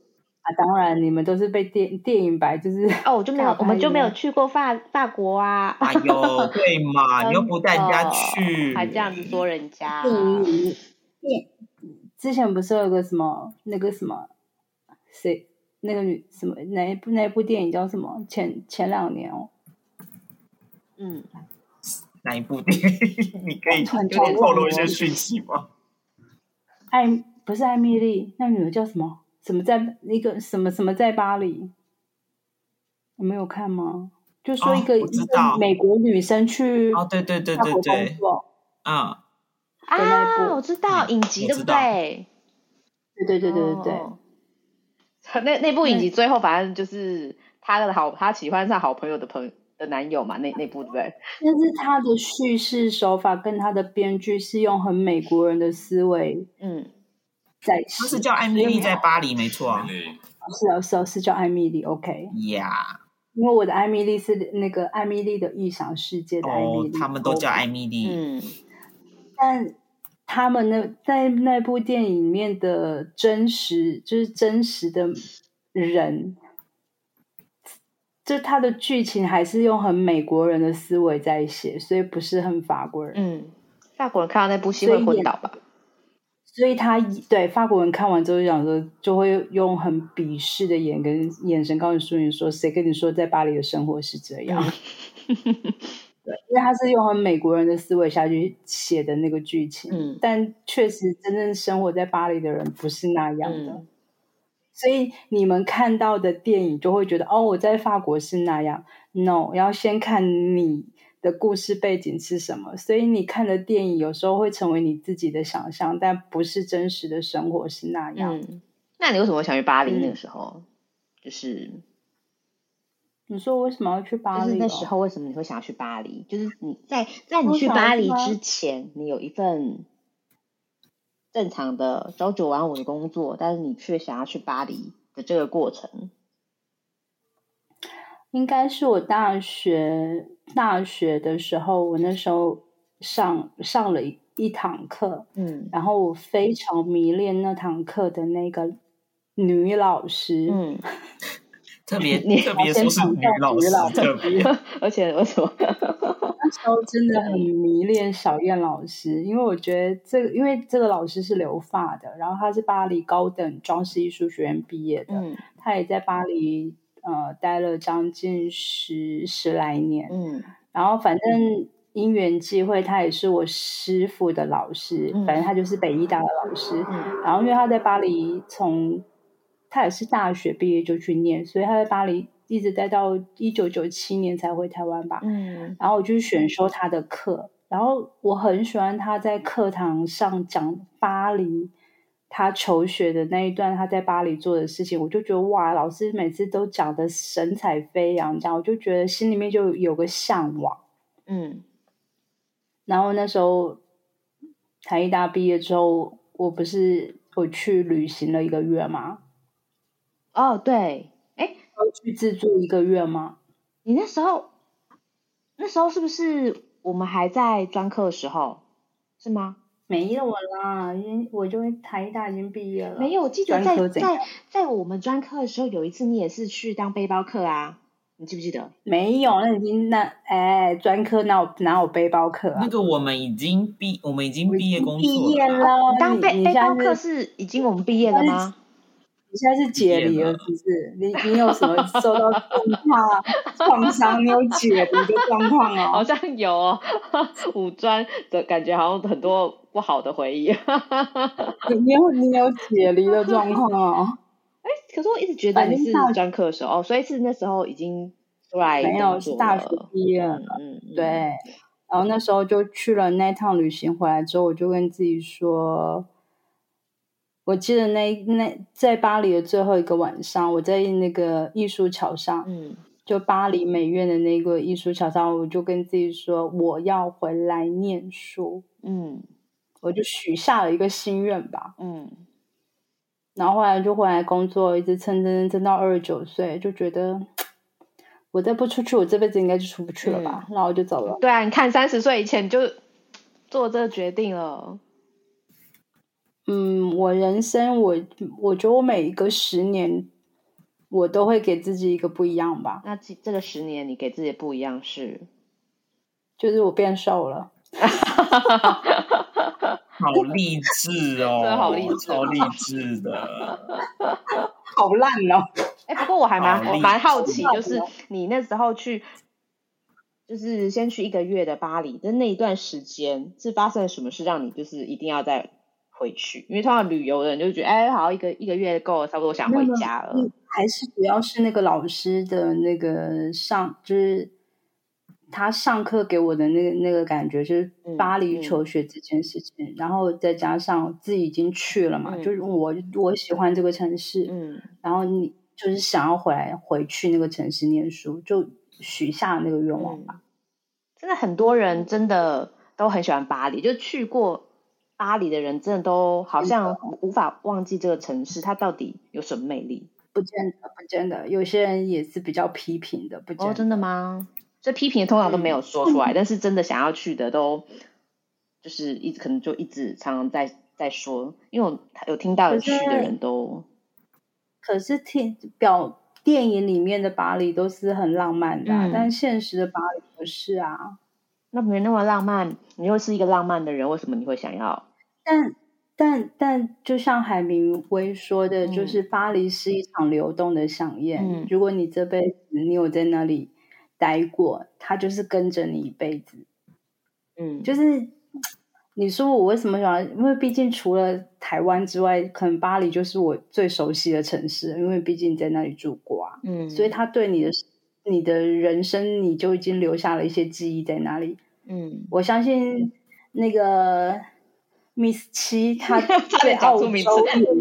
啊，当然你们都是被电电影白，就是哦，我就没有，我们就没有去过法法国啊。 哎呦，对嘛，你又不带人家去， 还这样子说人家。 电影里面，之前不是有个什么那个什么谁那个女什么哪一部那一部电影叫什么？前前两年哦。 嗯， 哪一部电影？你可以有点透露一些讯息吗？ 艾不是艾米丽，那女的叫什么？什么在一个什么什么在巴黎？你没有看吗？就说一个、 哦、我知道一个美国女生去哦，对对对对对，嗯啊，我知道、嗯、影集对不对？ 对对对对对对。 哦、那那部影集最后反正就是他的好，他喜欢上好朋友的朋友的男友嘛，那那部对不对？ 但是他的叙事手法跟他的编剧是用很美国人的思维，嗯，在他是叫艾米丽在巴黎，没错啊。 是啊是啊是叫艾米丽 ，OK 呀、yeah 。 因为我的艾米丽是那个艾米丽的异想世界的艾米丽， 哦，他们都叫艾米丽。 嗯，但他们那在那部电影里面的真实，就是真实的人，就他的剧情还是用很美国人的思维在写，所以不是很法国人。 嗯，法国人看到那部戏会昏倒吧？ 所以他对法国人看完之后就讲说，就会用很鄙视的眼跟眼神告诉你说，谁跟你说在巴黎的生活是这样？嗯、对，因为他是用很美国人的思维下去写的那个剧情，嗯、但确实真正生活在巴黎的人不是那样的，嗯、所以你们看到的电影就会觉得哦，我在法国是那样。No， 要先看你的故事背景是什么，所以你看的电影有时候会成为你自己的想象，但不是真实的生活是那样。 嗯，那你为什么想去巴黎那个时候？嗯、就是你说为什么要去巴黎、哦？ 就是那时候为什么你会想要去巴黎？就是你在在你去巴黎之前，你有一份正常的朝九晚五的工作，但是你却想要去巴黎的这个过程。 应该是我大学大学的时候，我那时候上上了一一堂课，嗯，然后我非常迷恋那堂课的那个女老师，嗯， 特别特别说是女老师，特别， 而且为什么？ 那时候真的很迷恋小燕老师，因为我觉得这个，因为这个老师是留法的，然后他是巴黎高等装饰艺术学院毕业的，嗯，他也在巴黎。呃，待了将近十十来年，嗯，然后反正因缘际会，他也是我师父的老师，嗯、反正他就是北艺大的老师，嗯，然后因为他在巴黎从他也是大学毕业就去念，所以他在巴黎一直待到一九九七年才回台湾吧，嗯，然后我就选修他的课，然后我很喜欢他在课堂上讲巴黎。他求学的那一段，他在巴黎做的事情，我就觉得哇，老师每次都讲得神采飞扬，这样我就觉得心里面就有个向往，嗯。然后那时候台艺大毕业之后，我不是我去旅行了一个月吗？ 哦，对，哎， 我去自助一个月吗？ 你那时候，那时候是不是我们还在专科的时候？是吗？ 没有啦，因为我就台大已经毕业了。 没有，我记得在在在我们专科的时候，有一次你也是去当背包客啊，你记不记得？ 没有，那已经那哎，专科哪有哪有背包客啊？ 那个我们已经毕，我们已经毕业工作毕业了。 当背背包客是已经我们毕业了吗？ 你现在是解离了，是不是？你你有什么受到重大创伤？你有解离的状况哦？ 好像有哦，五专的感觉好像很多不好的回忆。 你有你有解离的状况哦？ 哎，可是我一直觉得你是专科的时候，哦，所以是那时候已经出来没有是大学毕业了，嗯嗯、对。然后那时候就去了那趟旅行，回来之后我就跟自己说。我记得那那在巴黎的最后一个晚上，我在那个艺术桥上，嗯，就巴黎美院的那个艺术桥上，我就跟自己说我要回来念书，嗯，我就许下了一个心愿吧，嗯，然后后来就回来工作，一直撑撑撑到二十九岁，就觉得我再不出去，我这辈子应该就出不去了吧，嗯、然后我就走了。 对啊，你看三十岁以前就做这个决定了。 嗯，我人生我我觉得我每一个十年我都会给自己一个不一样吧。 那这个十年你给自己的不一样是？ 就是我变瘦了。 好励志哦， 真的好励志， 超励志的。 好烂哦。 哎、欸，不过我还蛮我蛮好奇，就是你那时候去，就是先去一个月的巴黎的那一段时间，是发生了什么事让你就是一定要再回去？因为通常旅游的人就觉得，哎、欸，好一个一个月够了，差不多想回家了。 还是主要是那个老师的那个上，就是他上课给我的那个那个感觉，就是巴黎求学这件事情，嗯嗯、然后再加上自己已经去了嘛，嗯、就是我我喜欢这个城市，嗯，然后你就是想要回来回去那个城市念书，就许下那个愿望吧。 嗯、真的很多人真的都很喜欢巴黎，就去过巴黎的人真的都好像无法忘记这个城市，它到底有什么魅力？ 不见得，不见得，有些人也是比较批评的，不见得。 哦，真的吗？这批评的通常都没有说出来，嗯、但是真的想要去的都就是一直可能就一直常常在在说，因为我有听到有去的人都， 可是听表电影里面的巴黎都是很浪漫的、啊嗯，但现实的巴黎不是啊。 那没那么浪漫，你又是一个浪漫的人，为什么你会想要？ 但但但就像海明威说的，嗯、就是巴黎是一场流动的飨宴。嗯、如果你这辈子你有在那里待过，它就是跟着你一辈子。嗯，就是你说我为什么想要？因为毕竟除了台湾之外，可能巴黎就是我最熟悉的城市，因为毕竟在那里住过啊。嗯，所以它对你的你的人生，你就已经留下了一些记忆在那里。嗯，我相信那个。Miss 七，他对澳洲也是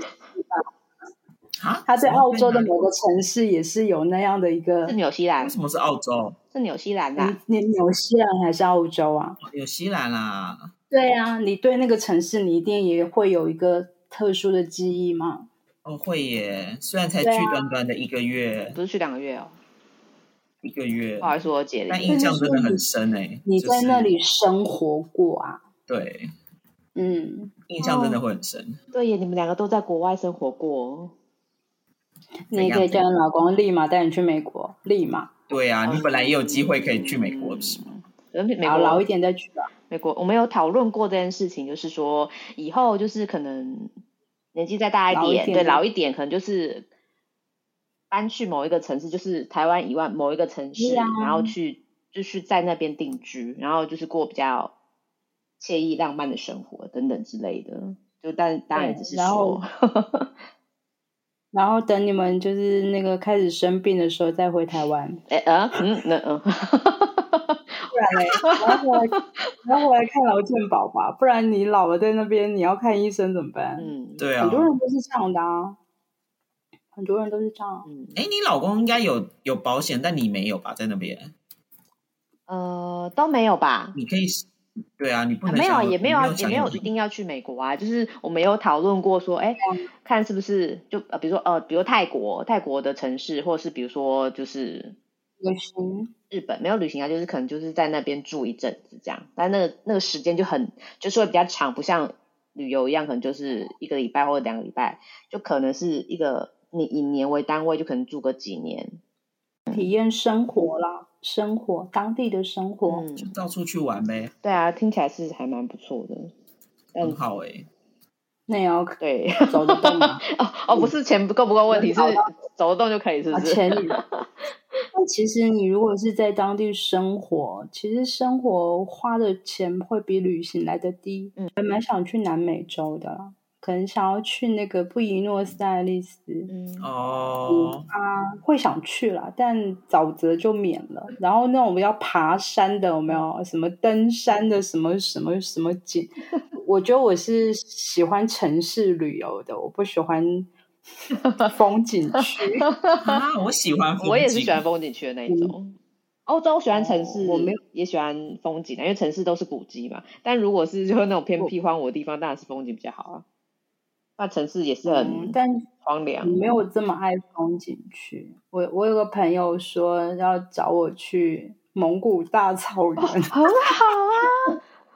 吧？他对澳洲的某个城市也是有那样的一个。 是纽西兰？ 为什么是澳洲？ 是纽西兰的、啊。 你你纽西兰还是澳洲啊？ 纽西兰啊。 对啊，你对那个城市，你一定也会有一个特殊的记忆吗？ 哦，会耶。虽然才去短短的一个月， 啊、不是去两个月哦。 一个月。 不好意思，我姐， 但印象真的很深哎。 你在那里生活过啊？ 就是、对。 嗯， 印象真的会很深、 哦。对耶，你们两个都在国外生活过， 你也可以叫你老公立马带你去美国，立马。 对啊，你本来也有机会可以去美国，是吗？ 嗯、美国老一点再去吧。 美国，我们有讨论过这件事情，就是说以后就是可能年纪再大一点，一点对，老一点，可能就是搬去某一个城市，就是台湾以外某一个城市，啊、然后去就是在那边定居，然后就是过比较惬意浪漫的生活等等之类的，就但当然只是说， 然后等你们就是那个开始生病的时候再回台湾。 哎啊嗯那嗯， 不然嘞，然后回来，然后回来看劳健保吧，不然你老了在那边你要看医生怎么办？ 嗯，对啊， 很多人都是这样的啊，很多人都是这样。 嗯，哎，你老公应该有有保险，但你没有吧？在那边？ 呃，都没有吧？ 你可以。对啊，你不能、 啊、没有也没有也没有一定要去美国啊，就是我们有讨论过说，哎，看是不是就呃，比如说呃，比如泰国泰国的城市，或者是比如说就是旅行日本没有旅行啊，就是可能就是在那边住一阵子这样，但那个那个时间就很就是会比较长，不像旅游一样，可能就是一个礼拜或者两个礼拜，就可能是一个你以年为单位，就可能住个几年， 体验生活啦。生活当地的生活、 嗯、就到处去玩呗。 对啊，听起来是还蛮不错的， 很好哎、欸。 那也要对走得动吗？ 哦哦，不是钱不够不够问题，是走得动就可以，是不是？ 钱。但其实你如果是在当地生活，其实生活花的钱会比旅行来得低。嗯，还蛮想去南美洲的啦。可能想要去那个布宜诺斯艾利斯， 嗯哦， 啊，会想去啦，但沼泽就免了。然后那种比较爬山的，有没有什么登山的，什么什么什么景？我觉得我是喜欢城市旅游的，我不喜欢风景区啊。我喜欢风景， 我也是喜欢风景区的那一种。嗯、欧洲喜欢城市，哦、我没有也喜欢风景，因为城市都是古迹嘛。但如果是就是那种偏僻荒芜的地方，当然是风景比较好啊。那城市也是很荒凉、 嗯、但没有这么爱风景区。我我有个朋友说要找我去蒙古大草原， 很好啊。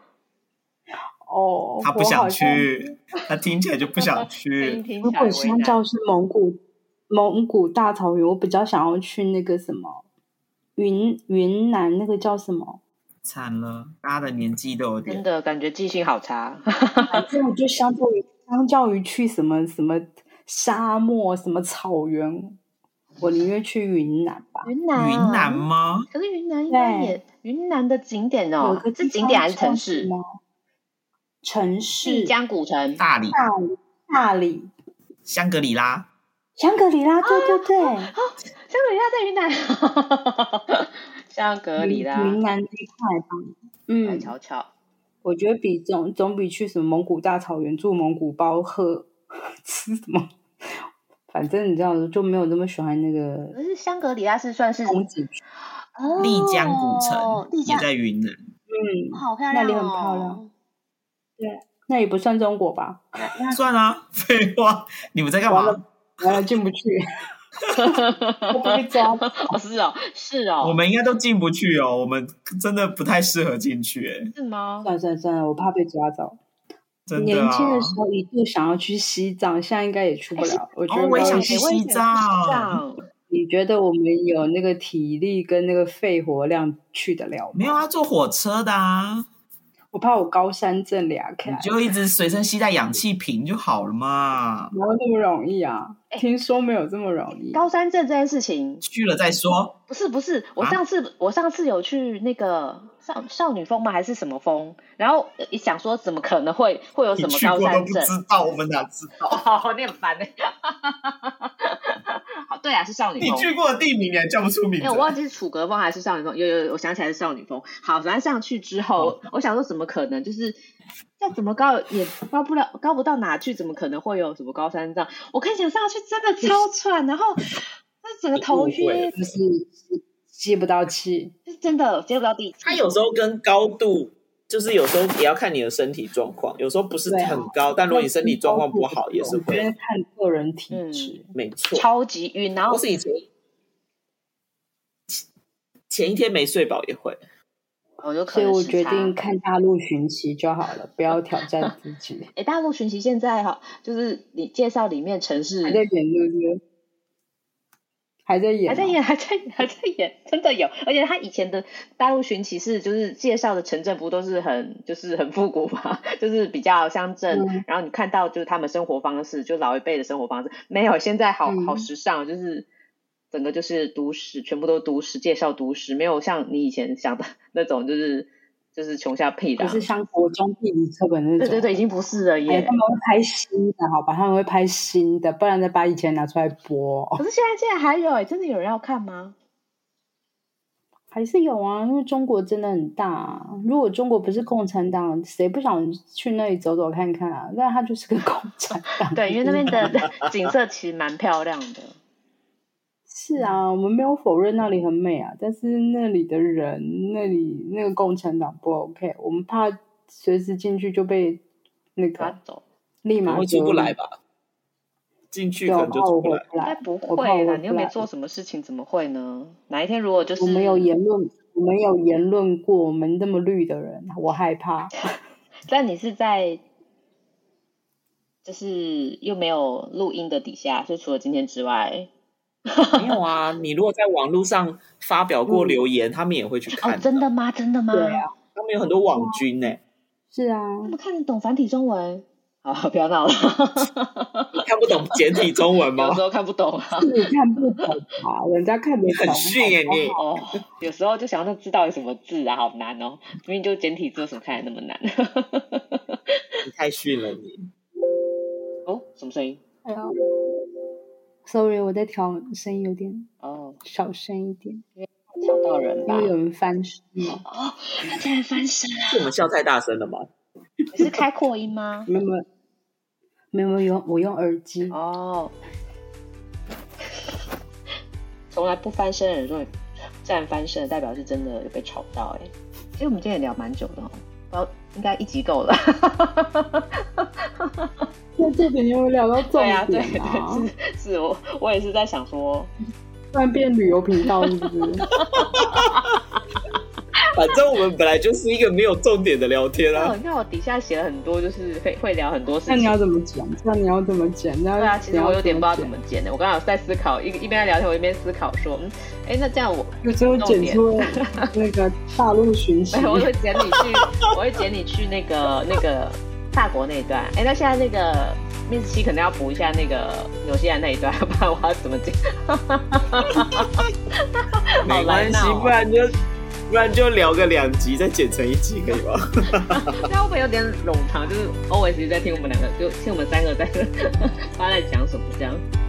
哦， 他不想去，他听起来就不想去。 如果相较是蒙古蒙古大草原，我比较想要去那个什么云云南，那个叫什么？ 惨了，大家的年纪都有点真的感觉记性好差。 反正我就相较于相较于去什么什么沙漠、什么草原，我宁愿去云南吧。 云南、啊？ 云南吗？ 可是云南应该也云南的景点哦，是景点还是城市？ 城市。 丽江古城、 大理、 大理、大理、 香格里拉。 香格里拉，对对对， 啊，哦、香格里拉在云南，香格里拉， 云南这一块吧，嗯， 来瞧瞧， 我觉得比总总比去什么蒙古大草原住蒙古包喝吃什么，反正你知道就没有那么喜欢那个。 可是香格里拉是算是风景区， 哦， 丽江古城也在云南， 嗯， 好漂亮、哦， 那里很漂亮，对，那也不算中国吧？ 算啊，废话，你们在干嘛？ 完了进不去，我被抓。 哦，是哦，是哦， 我们应该都进不去哦，我们真的不太适合进去，哎， 是吗？ 算了算了算了，我怕被抓走。 真的、啊、 年轻的时候一度想要去西藏，现在应该也去不了。欸、我觉得、 哦、我也想去西藏。 你觉得我们有那个体力跟那个肺活量去得了吗？ 没有啊，坐火车的啊。 我怕我高山症俩开， 你就一直随身携带氧气瓶就好了嘛。 没有那么容易啊，欸、听说没有这么容易。 高山症这件事情， 去了再说。 不是不是，我上次、啊、我上次有去那个少少女峰吗？还是什么峰？然后想说怎么可能会会有什么高山症？ 你去过都不知道，我们哪知道？ 哦，你很烦哎、欸。好，对啊，是少女峰。 你去过的地名你还叫不出名字？ 因为我忘记是楚格峰还是少女峰，有有，我想起来是少女峰。好，反正上去之后，哦、我想说怎么可能？就是再怎么高也高不了，高不到哪去，怎么可能会有什么高山症？我看想上去真的超喘，然后那整个头晕， 就是吸不到气， 真的接不到地气。 它有时候跟高度。就是有时候也要看你的身体状况，有时候不是很高，啊、但如果你身体状况不好，也是会。 我觉得看个人体质， 嗯、没错。 超级晕，然后或是以前前一天没睡饱也会。 我就可所以我决定看大陆寻奇就好了，不要挑战自己。 哎、欸，大陆寻奇现在哈，就是你介绍里面城市还在演，对不对？还在演， 还在演，还在还在演，真的有。而且他以前的大陆寻奇是就是介绍的城镇不都是很就是很复古嘛，就是比较乡镇、嗯。然后你看到就是他们生活方式，就老一辈的生活方式，没有现在好、嗯、好时尚，就是整个就是都市，全部都都市介绍都市，没有像你以前想的那种就是就是穷乡僻壤， 不是像国中地理课本那种。 对对对，已经不是了耶。 哎、他们会拍新的，好吧？他们会拍新的，不然再把以前拿出来播。 可是现在竟然还有，哎，真的有人要看吗？ 还是有啊，因为中国真的很大、啊。如果中国不是共产党，谁不想去那里走走看看啊？但它就是个共产党。 对，因为那边的景色其实蛮漂亮的。 是啊，我们没有否认那里很美啊，但是那里的人，那里那个共产党不 OK， 我们怕随时进去就被那个走， 立马会出不来吧？进去可能就出不来， 应该不会啦。你又没做什么事情，怎么会呢？哪一天如果就是我们有言论，我们有言论过，我们那么绿的人，我害怕。 但你是在就是又没有录音的底下，就除了今天之外。 没有啊，你如果在网络上发表过留言、嗯、他们也会去看、 哦、真的吗？真的吗？ 对啊，他们有很多网军呢、欸。 是啊， 他们看得懂繁体中文？好，不要闹了。 你看不懂简体中文吗？ 有时候看不懂啊， 你看不懂啊，人家看得懂。 很逊耶你。 哦，有时候就想要知道有什么字啊，好难哦。明明就简体字，为什么看得那么难？ 你太逊了你。 哦，什么声音？ 哎呀。Sorry， 我在调声音有点哦， 小声一点， 因为吵到人吧？ 因为有人翻身哦，那竟然翻身啊！ 是我们笑太大声了吗？ 你是开扩音吗？ 没有没有没有用，我用耳机哦。从来不翻身的人，如果自然翻身，代表是真的有被吵到哎、欸。其实我们今天也聊蛮久的哦，不知道应该一集够了。 那这点有聊到重点啊？ 对啊，对对，是是我我也是在想说， 突然变旅游频道是不是？ 反正我们本来就是一个没有重点的聊天啊。 你看我底下写了很多，就是会会聊很多事情。 那你要怎么讲？那你要怎么剪？对啊，其实我有点不知道怎么剪的。我刚刚有在思考，一一边在聊天，我一边思考说，嗯，哎，那这样我有时候剪出那个大陆讯息， 我会剪你去，我会剪你去那个那个法国那一段。哎，那现在那个Miss七可能要补一下那个纽西兰那一段，不然我要怎么剪？ 没关系，不然就。不然就聊个两集，再剪成一集，可以吗？ 这样会不会有点冗长？就是 always 在听我们两个，就听我们三个在不知道在讲什么这样。